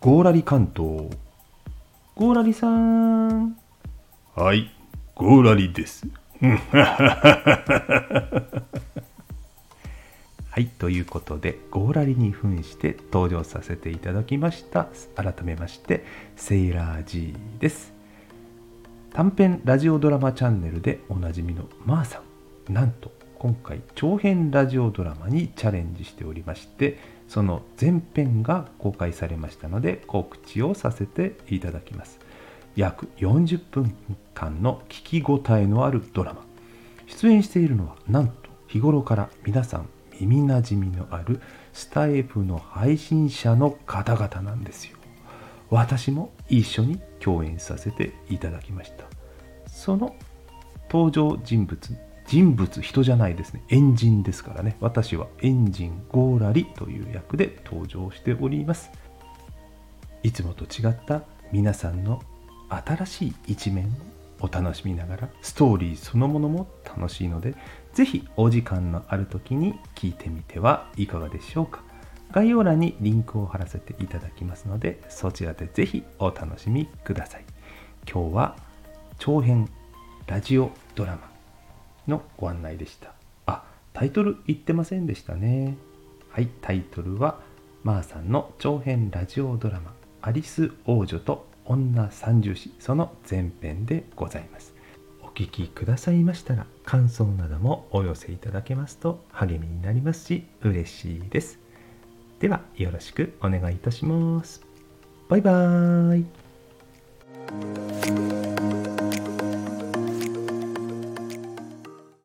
ゴーラリ関東。ゴーラリさん。 はい、ゴーラリです。 はい、ということでゴーラリに扮して登場させていただきました。改めましてセイラー G です。短編ラジオドラマチャンネルでおなじみのまーさん、なんと今回長編ラジオドラマにチャレンジしておりまして、その前編が公開されましたので告知をさせていただきます。約40分間の聞き応えのあるドラマ。出演しているのはなんと日頃から皆さん耳なじみのあるスタイフの配信者の方々なんですよ。私も一緒に共演させていただきました。その登場人物、人じゃないですね、エンジンですからね。私はエンジンゴーラリという役で登場しております。いつもと違った皆さんの新しい一面をお楽しみながら、ストーリーそのものも楽しいので、ぜひお時間のある時に聞いてみてはいかがでしょうか。概要欄にリンクを貼らせていただきますので、そちらでぜひお楽しみください。今日は長編ラジオドラマのご案内でした。タイトル言ってませんでしたね。はい、タイトルはまーさんの長編ラジオドラマアリス王女と女三重士、その前編でございます。お聞きくださいましたら感想などもお寄せいただけますと励みになりますし嬉しいです。ではよろしくお願いいたします。バイバーイ。